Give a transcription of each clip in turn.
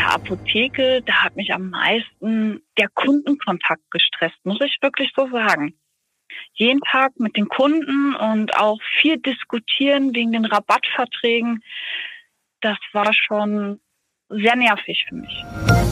der Apotheke, da hat mich am meisten der Kundenkontakt gestresst, muss ich wirklich so sagen. Jeden Tag mit den Kunden und auch viel diskutieren wegen den Rabattverträgen, das war schon sehr nervig für mich.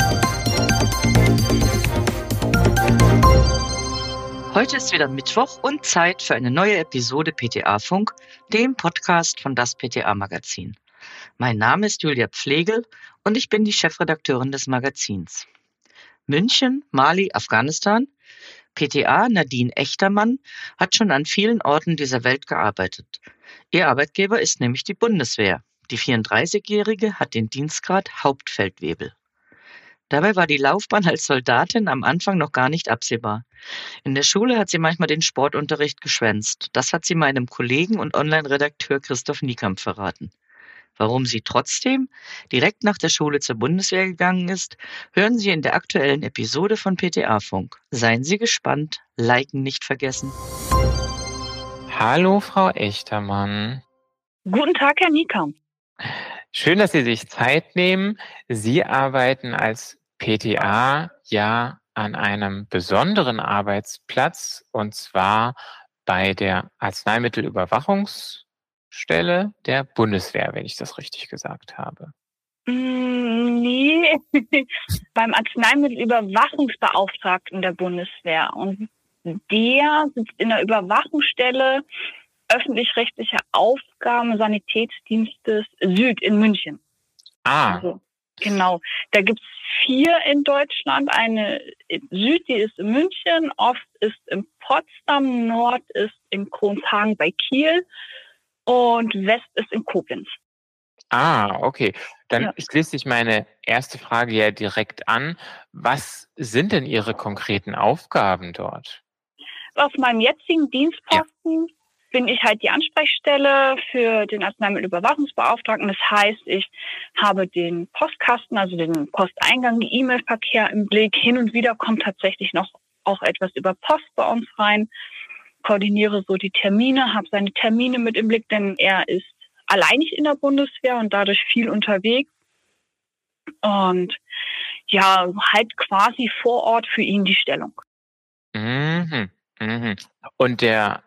Heute ist wieder Mittwoch und Zeit für eine neue Episode PTA-Funk, dem Podcast von das PTA-Magazin. Mein Name ist Julia Pflegel und ich bin die Chefredakteurin des Magazins. München, Mali, Afghanistan. PTA Nadine Echtermann hat schon an vielen Orten dieser Welt gearbeitet. Ihr Arbeitgeber ist nämlich die Bundeswehr. Die 34-Jährige hat den Dienstgrad Hauptfeldwebel. Dabei war die Laufbahn als Soldatin am Anfang noch gar nicht absehbar. In der Schule hat sie manchmal den Sportunterricht geschwänzt. Das hat sie meinem Kollegen und Online-Redakteur Christoph Niekamp verraten. Warum sie trotzdem direkt nach der Schule zur Bundeswehr gegangen ist, hören Sie in der aktuellen Episode von PTA-Funk. Seien Sie gespannt, liken nicht vergessen. Hallo, Frau Echtermann. Guten Tag, Herr Niekamp. Schön, dass Sie sich Zeit nehmen. Sie arbeiten als PTA ja an einem besonderen Arbeitsplatz, und zwar bei der Arzneimittelüberwachungsstelle der Bundeswehr, wenn ich das richtig gesagt habe. Nee, beim Arzneimittelüberwachungsbeauftragten der Bundeswehr. Und der sitzt in der Überwachungsstelle öffentlich-rechtlicher Aufgaben Sanitätsdienstes Süd in München. Also, genau. Da gibt's 4 in Deutschland. Eine in Süd, die ist in München, Ost ist in Potsdam, Nord ist in Kronshagen bei Kiel und West ist in Koblenz. Okay. Dann schließt sich meine erste Frage ja direkt an. Was sind denn Ihre konkreten Aufgaben dort? Auf meinem jetzigen Dienstposten bin ich halt die Ansprechstelle für den Arzneimittelüberwachungsbeauftragten. Das heißt, ich habe den Postkasten, also den Posteingang, den E-Mail-Verkehr im Blick. Hin und wieder kommt tatsächlich noch auch etwas über Post bei uns rein. Koordiniere so die Termine, habe seine Termine mit im Blick, denn er ist alleinig in der Bundeswehr und dadurch viel unterwegs. Und ja, halt quasi vor Ort für ihn die Stellung. Und der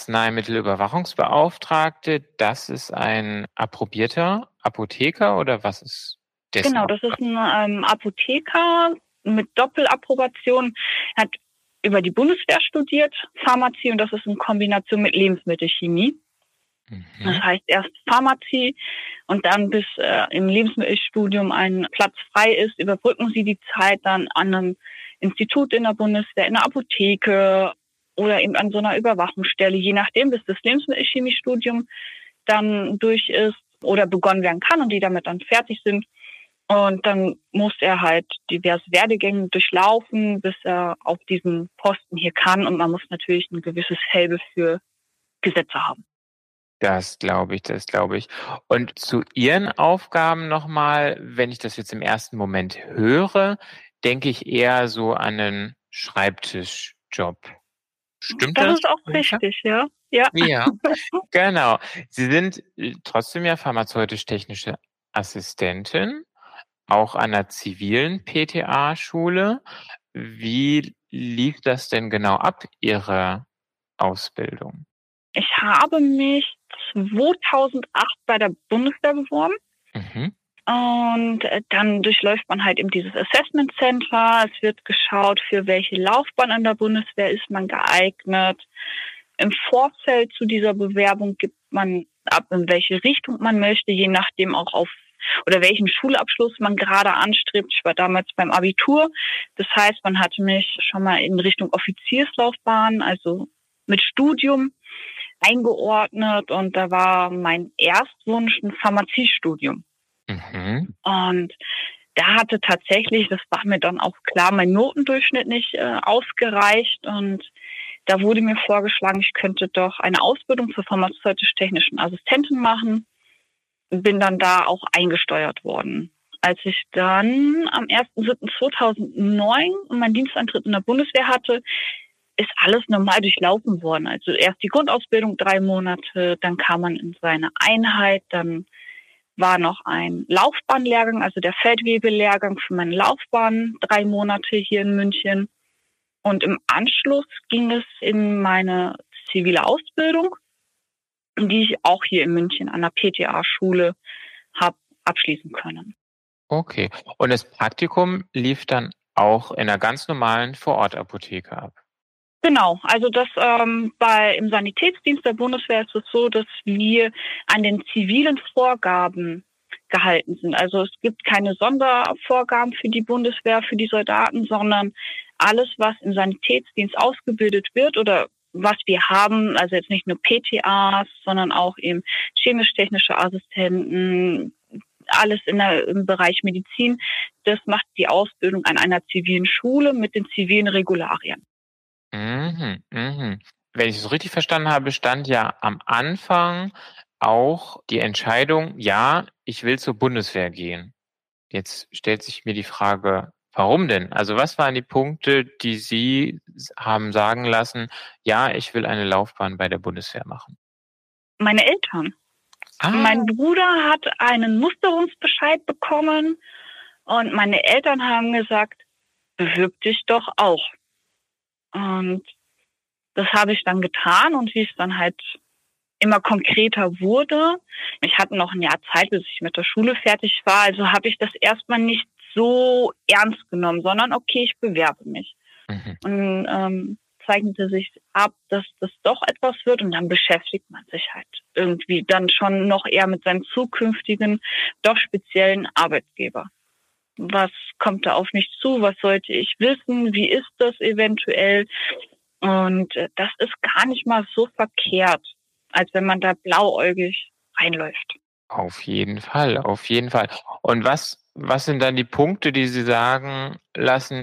Arzneimittelüberwachungsbeauftragte, das ist ein approbierter Apotheker oder was ist das? Genau, das ist ein Apotheker mit Doppelapprobation. Er hat über die Bundeswehr studiert, Pharmazie, und das ist in Kombination mit Lebensmittelchemie. Das heißt, erst Pharmazie und dann, bis im Lebensmittelstudium ein Platz frei ist, überbrücken Sie die Zeit dann an einem Institut in der Bundeswehr, in der Apotheke oder eben an so einer Überwachungsstelle, je nachdem, bis das Lebensmittelchemiestudium dann durch ist oder begonnen werden kann und die damit dann fertig sind. Und dann muss er halt diverse Werdegänge durchlaufen, bis er auf diesen Posten hier kann. Und man muss natürlich ein gewisses Faible für Gesetze haben. Das glaube ich. Und zu Ihren Aufgaben nochmal, wenn ich das jetzt im ersten Moment höre, denke ich eher so an einen Schreibtischjob. Stimmt das? Das ist auch richtig, ja. Ja, genau. Sie sind trotzdem ja pharmazeutisch-technische Assistentin, auch an einer zivilen PTA-Schule. Wie lief das denn genau ab, Ihre Ausbildung? Ich habe mich 2008 bei der Bundeswehr beworben. Und dann durchläuft man halt eben dieses Assessment Center. Es wird geschaut, für welche Laufbahn an der Bundeswehr ist man geeignet. Im Vorfeld zu dieser Bewerbung gibt man ab, in welche Richtung man möchte, je nachdem auch oder welchen Schulabschluss man gerade anstrebt. Ich war damals beim Abitur. Das heißt, man hatte mich schon mal in Richtung Offizierslaufbahn, also mit Studium, eingeordnet. Und da war mein Erstwunsch ein Pharmaziestudium. Und da hatte tatsächlich, das war mir dann auch klar, mein Notendurchschnitt nicht ausgereicht. Und da wurde mir vorgeschlagen, ich könnte doch eine Ausbildung zur pharmazeutisch-technischen Assistentin machen. Bin dann da auch eingesteuert worden. Als ich dann am 1.7.2009 meinen Dienstantritt in der Bundeswehr hatte, ist alles normal durchlaufen worden. Also erst die Grundausbildung 3 Monate, dann kam man in seine Einheit, dann war noch ein Laufbahnlehrgang, also der Feldwebel-Lehrgang für meine Laufbahn, 3 Monate hier in München. Und im Anschluss ging es in meine zivile Ausbildung, die ich auch hier in München an der PTA-Schule habe abschließen können. Okay. Und das Praktikum lief dann auch in einer ganz normalen Vorortapotheke ab? Genau, also das im Sanitätsdienst der Bundeswehr ist es so, dass wir an den zivilen Vorgaben gehalten sind. Also es gibt keine Sondervorgaben für die Bundeswehr, für die Soldaten, sondern alles, was im Sanitätsdienst ausgebildet wird oder was wir haben, also jetzt nicht nur PTAs, sondern auch eben chemisch-technische Assistenten, alles im Bereich Medizin, das macht die Ausbildung an einer zivilen Schule mit den zivilen Regularien. Mhm, mhm. Wenn ich es richtig verstanden habe, stand ja am Anfang auch die Entscheidung, ja, ich will zur Bundeswehr gehen. Jetzt stellt sich mir die Frage, warum denn? Also was waren die Punkte, die Sie haben sagen lassen, ja, ich will eine Laufbahn bei der Bundeswehr machen? Meine Eltern. Mein Bruder hat einen Musterungsbescheid bekommen und meine Eltern haben gesagt, bewirb dich doch auch. Und das habe ich dann getan und wie es dann halt immer konkreter wurde. Ich hatte noch ein Jahr Zeit, bis ich mit der Schule fertig war, also habe ich das erstmal nicht so ernst genommen, sondern okay, ich bewerbe mich. Mhm. Und zeichnete sich ab, dass das doch etwas wird und dann beschäftigt man sich halt irgendwie dann schon noch eher mit seinem zukünftigen, doch speziellen Arbeitgeber. Was kommt da auf mich zu? Was sollte ich wissen? Wie ist das eventuell? Und das ist gar nicht mal so verkehrt, als wenn man da blauäugig reinläuft. Auf jeden Fall, auf jeden Fall. Und was sind dann die Punkte, die Sie sagen lassen,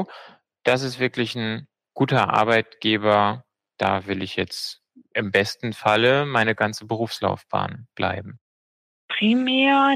das ist wirklich ein guter Arbeitgeber, da will ich jetzt im besten Falle meine ganze Berufslaufbahn bleiben? Primär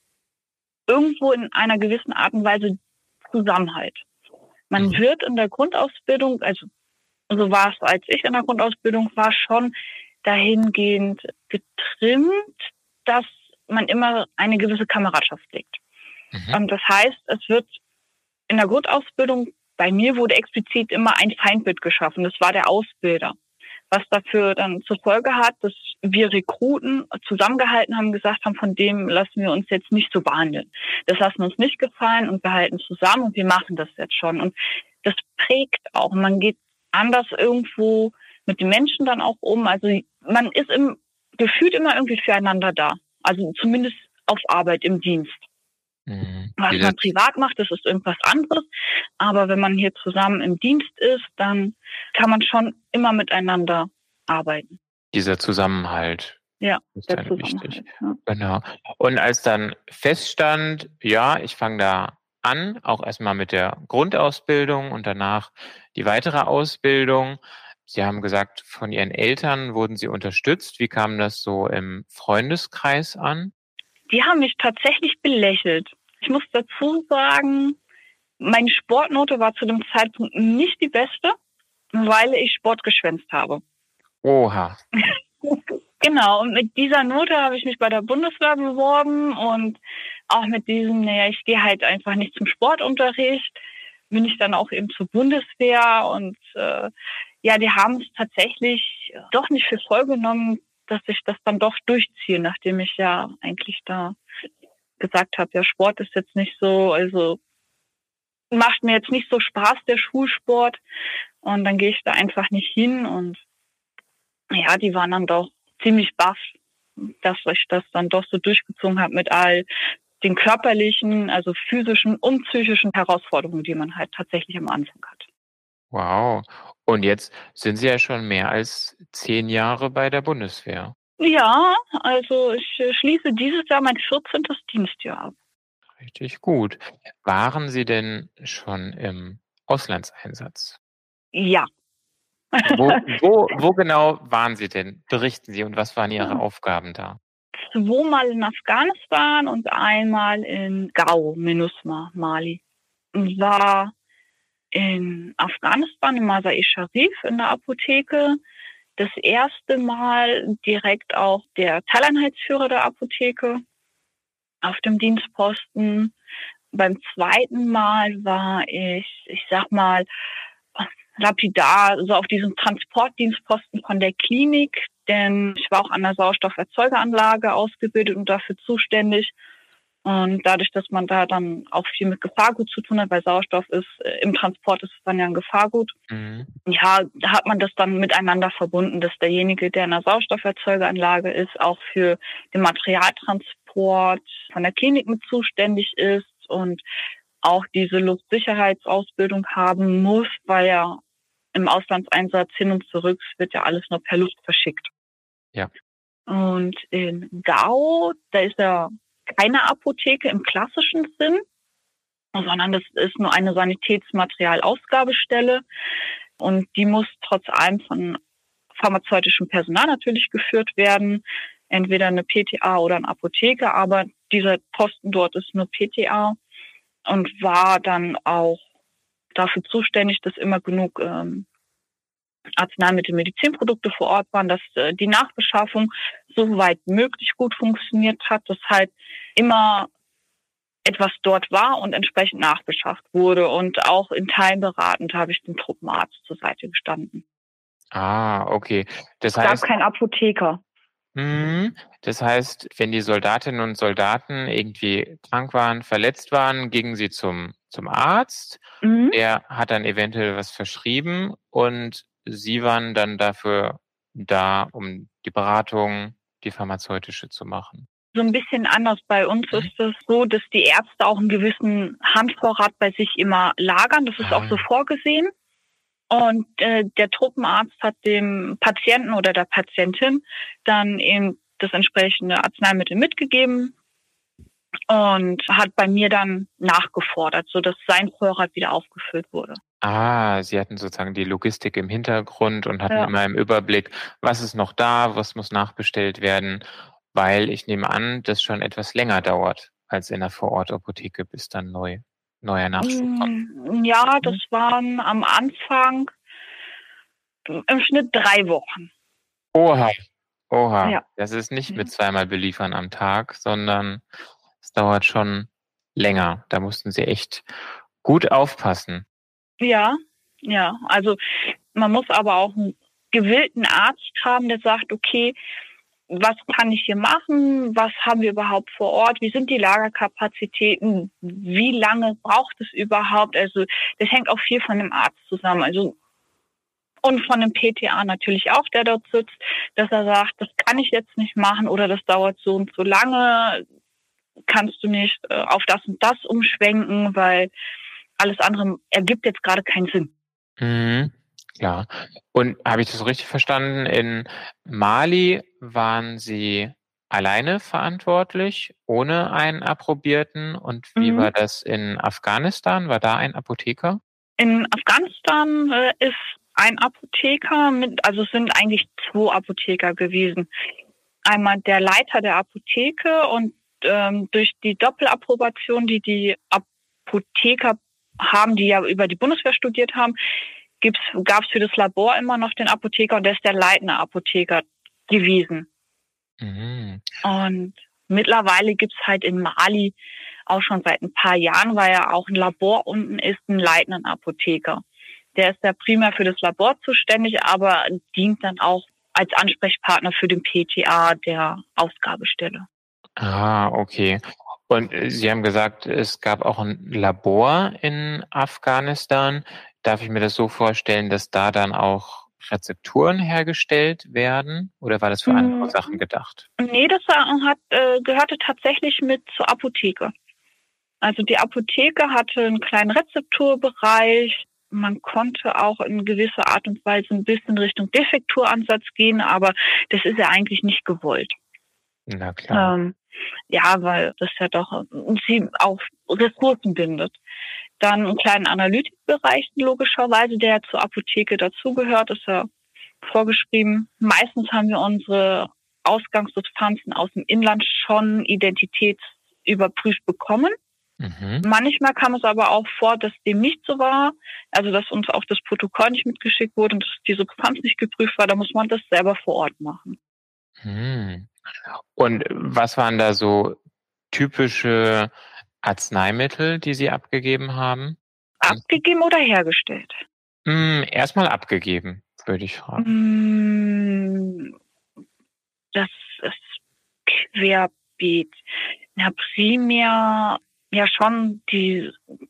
irgendwo in einer gewissen Art und Weise Zusammenhalt. Man wird in der Grundausbildung, also so war es, als ich in der Grundausbildung war, schon dahingehend getrimmt, dass man immer eine gewisse Kameradschaft pflegt. Das heißt, es wird in der Grundausbildung, bei mir wurde explizit immer ein Feindbild geschaffen. Das war der Ausbilder. Was dafür dann zur Folge hat, dass wir Rekruten zusammengehalten haben, gesagt haben, von dem lassen wir uns jetzt nicht so behandeln. Das lassen uns nicht gefallen und wir halten zusammen und wir machen das jetzt schon. Und das prägt auch. Man geht anders irgendwo mit den Menschen dann auch um. Also man ist gefühlt immer irgendwie füreinander da. Also zumindest auf Arbeit im Dienst. Was man privat macht, das ist irgendwas anderes. Aber wenn man hier zusammen im Dienst ist, dann kann man schon immer miteinander arbeiten. Dieser Zusammenhalt. Ja, ist dann wichtig. Ja. Genau. Und als dann feststand, ja, ich fange da an, auch erstmal mit der Grundausbildung und danach die weitere Ausbildung. Sie haben gesagt, von Ihren Eltern wurden Sie unterstützt. Wie kam das so im Freundeskreis an? Die haben mich tatsächlich belächelt. Ich muss dazu sagen, meine Sportnote war zu dem Zeitpunkt nicht die beste, weil ich Sport geschwänzt habe. Oha. Genau, und mit dieser Note habe ich mich bei der Bundeswehr beworben und auch mit diesem, ich gehe halt einfach nicht zum Sportunterricht, bin ich dann auch eben zur Bundeswehr und die haben es tatsächlich doch nicht für voll genommen, dass ich das dann doch durchziehe, nachdem ich ja eigentlich da gesagt habe, ja, Sport ist jetzt nicht so, also macht mir jetzt nicht so Spaß, der Schulsport. Und dann gehe ich da einfach nicht hin und ja, die waren dann doch ziemlich baff, dass ich das dann doch so durchgezogen habe mit all den körperlichen, also physischen und psychischen Herausforderungen, die man halt tatsächlich am Anfang hat. Wow. Und jetzt sind Sie ja schon mehr als 10 Jahre bei der Bundeswehr. Ja, also ich schließe dieses Jahr mein 14. Dienstjahr ab. Richtig gut. Waren Sie denn schon im Auslandseinsatz? Ja. Wo genau waren Sie denn? Berichten Sie, und was waren Ihre Aufgaben da? 2-mal in Afghanistan und einmal in Gao, MINUSMA, Mali. Ich war in Afghanistan, in Masar-e-Sharif in der Apotheke. Das erste Mal direkt auch der Teileinheitsführer der Apotheke. auf dem Dienstposten. Beim zweiten Mal war ich sag mal, lapidar so auf diesem Transportdienstposten von der Klinik, denn ich war auch an der Sauerstofferzeugeranlage ausgebildet und dafür zuständig. Und dadurch, dass man da dann auch viel mit Gefahrgut zu tun hat, weil Sauerstoff ist, im Transport ist es dann ja ein Gefahrgut. Ja, da hat man das dann miteinander verbunden, dass derjenige, der in der Sauerstofferzeugeranlage ist, auch für den Materialtransport von der Klinik mit zuständig ist und auch diese Luftsicherheitsausbildung haben muss, weil ja im Auslandseinsatz hin und zurück wird ja alles nur per Luft verschickt. Ja. Und in Gau, da ist ja keine Apotheke im klassischen Sinn, sondern das ist nur eine Sanitätsmaterialausgabestelle und die muss trotz allem von pharmazeutischem Personal natürlich geführt werden, entweder eine PTA oder ein Apotheker, aber dieser Posten dort ist nur PTA und war dann auch dafür zuständig, dass immer genug Arzneimittel, Medizinprodukte vor Ort waren, dass die Nachbeschaffung soweit möglich gut funktioniert hat, dass halt immer etwas dort war und entsprechend nachbeschafft wurde. Und auch in Teilen beratend habe ich dem Truppenarzt zur Seite gestanden. Ah, okay. Es gab keinen Apotheker. Das heißt, wenn die Soldatinnen und Soldaten irgendwie krank waren, verletzt waren, gingen sie zum Arzt. Der hat dann eventuell was verschrieben und Sie waren dann dafür da, um die Beratung, die pharmazeutische zu machen. So ein bisschen anders. Bei uns ist es so, dass die Ärzte auch einen gewissen Handvorrat bei sich immer lagern. Das ist auch so vorgesehen. Und der Truppenarzt hat dem Patienten oder der Patientin dann eben das entsprechende Arzneimittel mitgegeben und hat bei mir dann nachgefordert, sodass sein Vorrat wieder aufgefüllt wurde. Ah, Sie hatten sozusagen die Logistik im Hintergrund und hatten immer im Überblick, was ist noch da, was muss nachbestellt werden, weil ich nehme an, das schon etwas länger dauert als in der Vorortapotheke, bis dann neuer Nachschub kommt. Ja, das waren am Anfang im Schnitt 3 Wochen. Oha. Ja. Das ist nicht mit zweimal beliefern am Tag, sondern es dauert schon länger. Da mussten Sie echt gut aufpassen. Ja. Also man muss aber auch einen gewillten Arzt haben, der sagt, okay, was kann ich hier machen? Was haben wir überhaupt vor Ort? Wie sind die Lagerkapazitäten? Wie lange braucht es überhaupt? Also das hängt auch viel von dem Arzt zusammen. Also und von dem PTA natürlich auch, der dort sitzt, dass er sagt, das kann ich jetzt nicht machen oder das dauert so und so lange. Kannst du nicht auf das und das umschwenken, weil alles andere ergibt jetzt gerade keinen Sinn. Klar. Und habe ich das richtig verstanden? In Mali waren Sie alleine verantwortlich, ohne einen Approbierten? Und wie war das in Afghanistan? War da ein Apotheker? In Afghanistan ist ein Apotheker also es sind eigentlich 2 Apotheker gewesen. Einmal der Leiter der Apotheke und durch die Doppelapprobation, die Apotheker haben, die ja über die Bundeswehr studiert haben, gab es für das Labor immer noch den Apotheker und der ist der leitende Apotheker gewesen. Und mittlerweile gibt es halt in Mali auch schon seit ein paar Jahren, weil ja auch ein Labor unten ist, einen leitenden Apotheker. Der ist ja primär für das Labor zuständig, aber dient dann auch als Ansprechpartner für den PTA der Ausgabestelle. Ah, okay. Und Sie haben gesagt, es gab auch ein Labor in Afghanistan. Darf ich mir das so vorstellen, dass da dann auch Rezepturen hergestellt werden? Oder war das für andere Sachen gedacht? Nee, das gehörte tatsächlich mit zur Apotheke. Also die Apotheke hatte einen kleinen Rezepturbereich. Man konnte auch in gewisser Art und Weise ein bisschen Richtung Defekturansatz gehen, aber das ist ja eigentlich nicht gewollt. Na klar. Ja, weil das ja doch sie auch Ressourcen bindet. Dann einen kleinen Analytikbereich logischerweise, der zur Apotheke dazugehört, ist ja vorgeschrieben. Meistens haben wir unsere Ausgangssubstanzen aus dem Inland schon identitätsüberprüft bekommen. Manchmal kam es aber auch vor, dass dem nicht so war, also dass uns auch das Protokoll nicht mitgeschickt wurde und dass die Substanz nicht geprüft war, da muss man das selber vor Ort machen. Und was waren da so typische Arzneimittel, die Sie abgegeben haben? Abgegeben oder hergestellt? Erstmal abgegeben, würde ich fragen. Das ist querbeet. Ja, primär ja schon die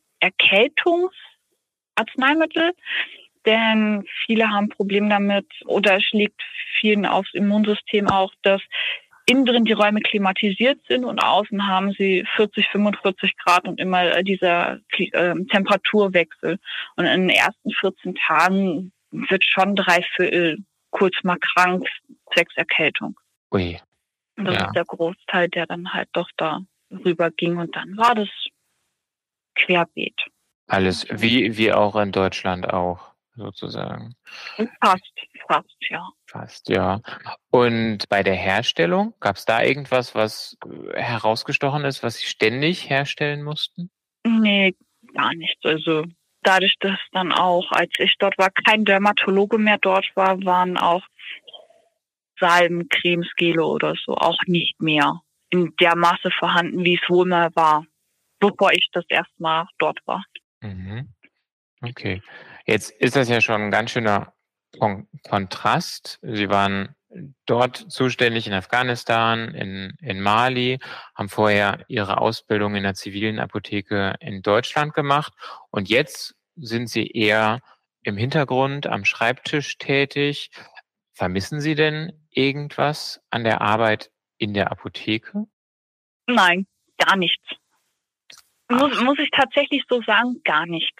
Erkältungsarzneimittel, denn viele haben Probleme damit oder es schlägt vielen aufs Immunsystem auch, dass innen drin die Räume klimatisiert sind und außen haben sie 40, 45 Grad und immer dieser Temperaturwechsel. Und in den ersten 14 Tagen wird schon 3/4 kurz mal krank, zwecks Erkältung. Ui. Und das ist der Großteil, der dann halt doch da rüber ging. Und dann war das querbeet. Alles, wie auch in Deutschland auch, sozusagen. Fast, ja. Fast, ja. Und bei der Herstellung, gab es da irgendwas, was herausgestochen ist, was Sie ständig herstellen mussten? Nee, gar nichts. Also dadurch, dass dann auch, als ich dort war, kein Dermatologe mehr dort war, waren auch Salben, Cremes, Gele oder so auch nicht mehr in der Masse vorhanden, wie es wohl mal war, bevor ich das erste Mal dort war. Mhm. Okay. Jetzt ist das ja schon ein ganz schöner Kontrast. Sie waren dort zuständig in Afghanistan, in Mali, haben vorher Ihre Ausbildung in der zivilen Apotheke in Deutschland gemacht und jetzt sind Sie eher im Hintergrund am Schreibtisch tätig. Vermissen Sie denn irgendwas an der Arbeit in der Apotheke? Nein, gar nichts. Muss ich tatsächlich so sagen, gar nichts.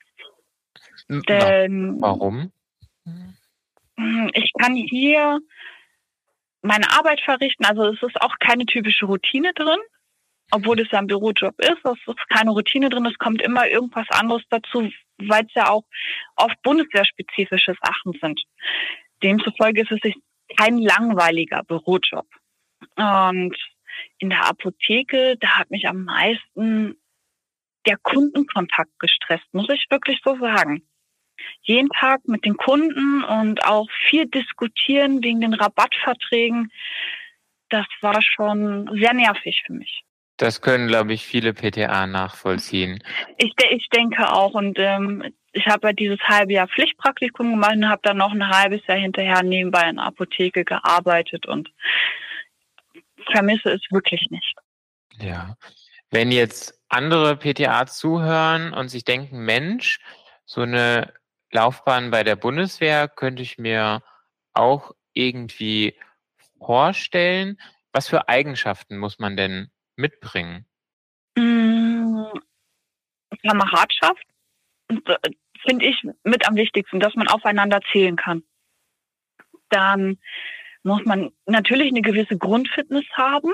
Denn warum? Ich kann hier meine Arbeit verrichten. Also es ist auch keine typische Routine drin, obwohl es ja ein Bürojob ist. Es ist keine Routine drin. Es kommt immer irgendwas anderes dazu, weil es ja auch oft bundeswehrspezifische Sachen sind. Demzufolge ist es kein langweiliger Bürojob. Und in der Apotheke, da hat mich am meisten der Kundenkontakt gestresst, muss ich wirklich so sagen. Jeden Tag mit den Kunden und auch viel diskutieren wegen den Rabattverträgen, das war schon sehr nervig für mich. Das können, glaube ich, viele PTA nachvollziehen. Ich denke auch. Und ich habe ja dieses halbe Jahr Pflichtpraktikum gemacht und habe dann noch ein halbes Jahr hinterher nebenbei in der Apotheke gearbeitet und vermisse es wirklich nicht. Ja. Wenn jetzt andere PTA zuhören und sich denken, Mensch, so eine Laufbahn bei der Bundeswehr könnte ich mir auch irgendwie vorstellen. Was für Eigenschaften muss man denn mitbringen? Kameradschaft finde ich mit am wichtigsten, dass man aufeinander zählen kann. Dann muss man natürlich eine gewisse Grundfitness haben,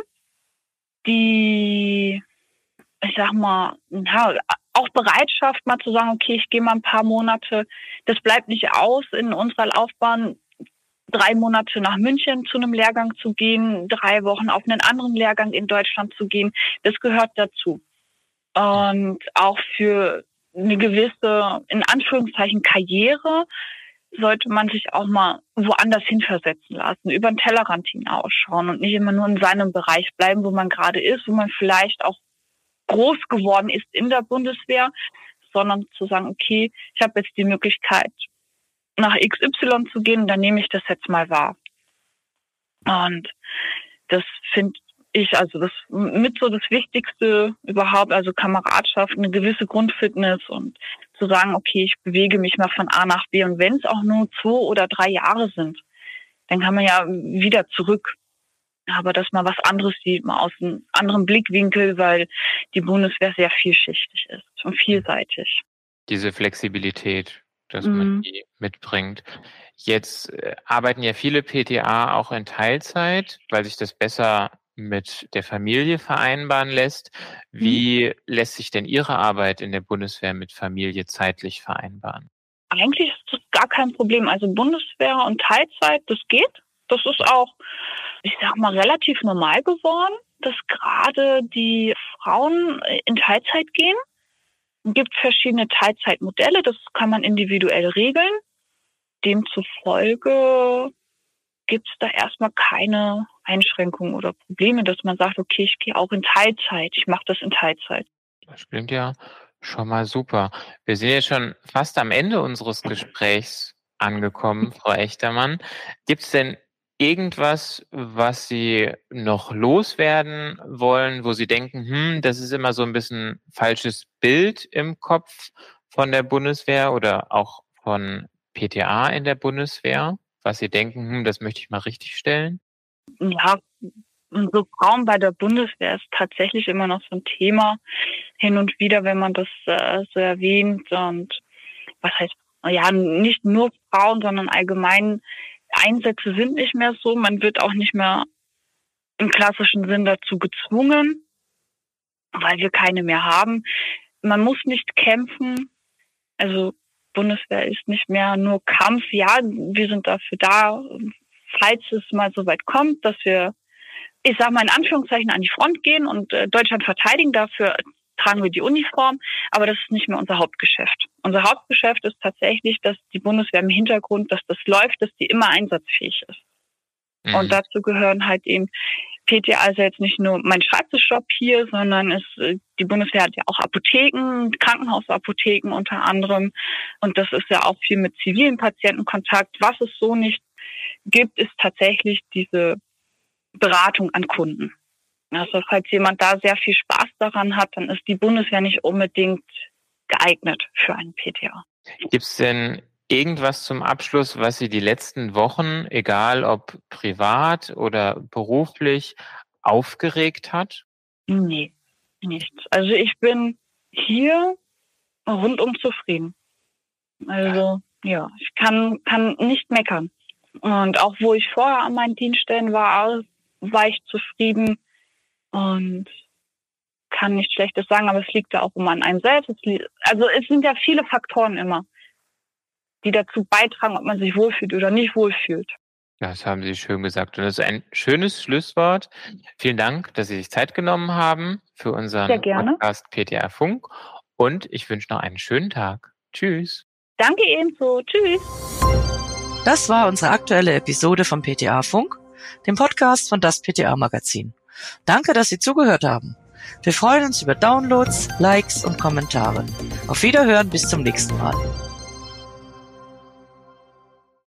die, ich sag mal, ja, auch Bereitschaft, mal zu sagen, okay, ich gehe mal ein paar Monate, das bleibt nicht aus in unserer Laufbahn, 3 Monate nach München zu einem Lehrgang zu gehen, 3 Wochen auf einen anderen Lehrgang in Deutschland zu gehen, das gehört dazu. Und auch für eine gewisse, in Anführungszeichen, Karriere sollte man sich auch mal woanders hinversetzen lassen, über den Tellerrand hinausschauen und nicht immer nur in seinem Bereich bleiben, wo man gerade ist, wo man vielleicht auch groß geworden ist in der Bundeswehr, sondern zu sagen, okay, ich habe jetzt die Möglichkeit, nach XY zu gehen, dann nehme ich das jetzt mal wahr. Und das finde ich, also das mit so das Wichtigste überhaupt, also Kameradschaft, eine gewisse Grundfitness und zu sagen, okay, ich bewege mich mal von A nach B und wenn es auch nur 2 oder 3 Jahre sind, dann kann man ja wieder zurück. Aber dass man was anderes sieht, mal aus einem anderen Blickwinkel, weil die Bundeswehr sehr vielschichtig ist und vielseitig. Diese Flexibilität, dass man die mitbringt. Jetzt arbeiten ja viele PTA auch in Teilzeit, weil sich das besser mit der Familie vereinbaren lässt. Wie lässt sich denn Ihre Arbeit in der Bundeswehr mit Familie zeitlich vereinbaren? Eigentlich ist das gar kein Problem. Also Bundeswehr und Teilzeit, das geht. Das ist auch, ich sag mal, relativ normal geworden, dass gerade die Frauen in Teilzeit gehen. Es gibt verschiedene Teilzeitmodelle, das kann man individuell regeln. Demzufolge gibt es da erstmal keine Einschränkungen oder Probleme, dass man sagt, okay, ich gehe auch in Teilzeit, ich mache das in Teilzeit. Das klingt ja schon mal super. Wir sind jetzt schon fast am Ende unseres Gesprächs angekommen, Frau Echtermann. Gibt es denn irgendwas, was Sie noch loswerden wollen, wo Sie denken, das ist immer so ein bisschen falsches Bild im Kopf von der Bundeswehr oder auch von PTA in der Bundeswehr, was Sie denken, das möchte ich mal richtigstellen? Ja, unsere Frauen bei der Bundeswehr ist tatsächlich immer noch so ein Thema hin und wieder, wenn man das so erwähnt. Und was heißt, ja, nicht nur Frauen, sondern allgemein Einsätze sind nicht mehr so. Man wird auch nicht mehr im klassischen Sinn dazu gezwungen, weil wir keine mehr haben. Man muss nicht kämpfen. Also Bundeswehr ist nicht mehr nur Kampf. Ja, wir sind dafür da, falls es mal so weit kommt, dass wir, ich sage mal in Anführungszeichen, an die Front gehen und Deutschland verteidigen. Dafür tragen wir die Uniform, aber das ist nicht mehr unser Hauptgeschäft. Unser Hauptgeschäft ist tatsächlich, dass die Bundeswehr im Hintergrund, dass das läuft, dass die immer einsatzfähig ist. Mhm. Und dazu gehören halt eben PTA, ist ja jetzt nicht nur mein Schreibtischjob hier, sondern die Bundeswehr hat ja auch Apotheken, Krankenhausapotheken unter anderem. Und das ist ja auch viel mit zivilen Patientenkontakt. Was es so nicht gibt, ist tatsächlich diese Beratung an Kunden. Also falls jemand da sehr viel Spaß daran hat, dann ist die Bundeswehr nicht unbedingt geeignet für einen PTA. Gibt es denn irgendwas zum Abschluss, was Sie die letzten Wochen, egal ob privat oder beruflich, aufgeregt hat? Nee, nichts. Also ich bin hier rundum zufrieden. Also ja, ich kann nicht meckern. Und auch wo ich vorher an meinen Dienststellen war ich zufrieden und kann nichts Schlechtes sagen, aber es liegt ja auch immer an einem selbst. Es sind ja viele Faktoren immer, die dazu beitragen, ob man sich wohlfühlt oder nicht wohlfühlt. Das haben Sie schön gesagt. Und das ist ein schönes Schlusswort. Vielen Dank, dass Sie sich Zeit genommen haben für unseren Podcast PTA Funk. Und ich wünsche noch einen schönen Tag. Tschüss. Danke ebenso. Tschüss. Das war unsere aktuelle Episode vom PTA Funk, dem Podcast von das PTA Magazin. Danke, dass Sie zugehört haben. Wir freuen uns über Downloads, Likes und Kommentare. Auf Wiederhören, bis zum nächsten Mal.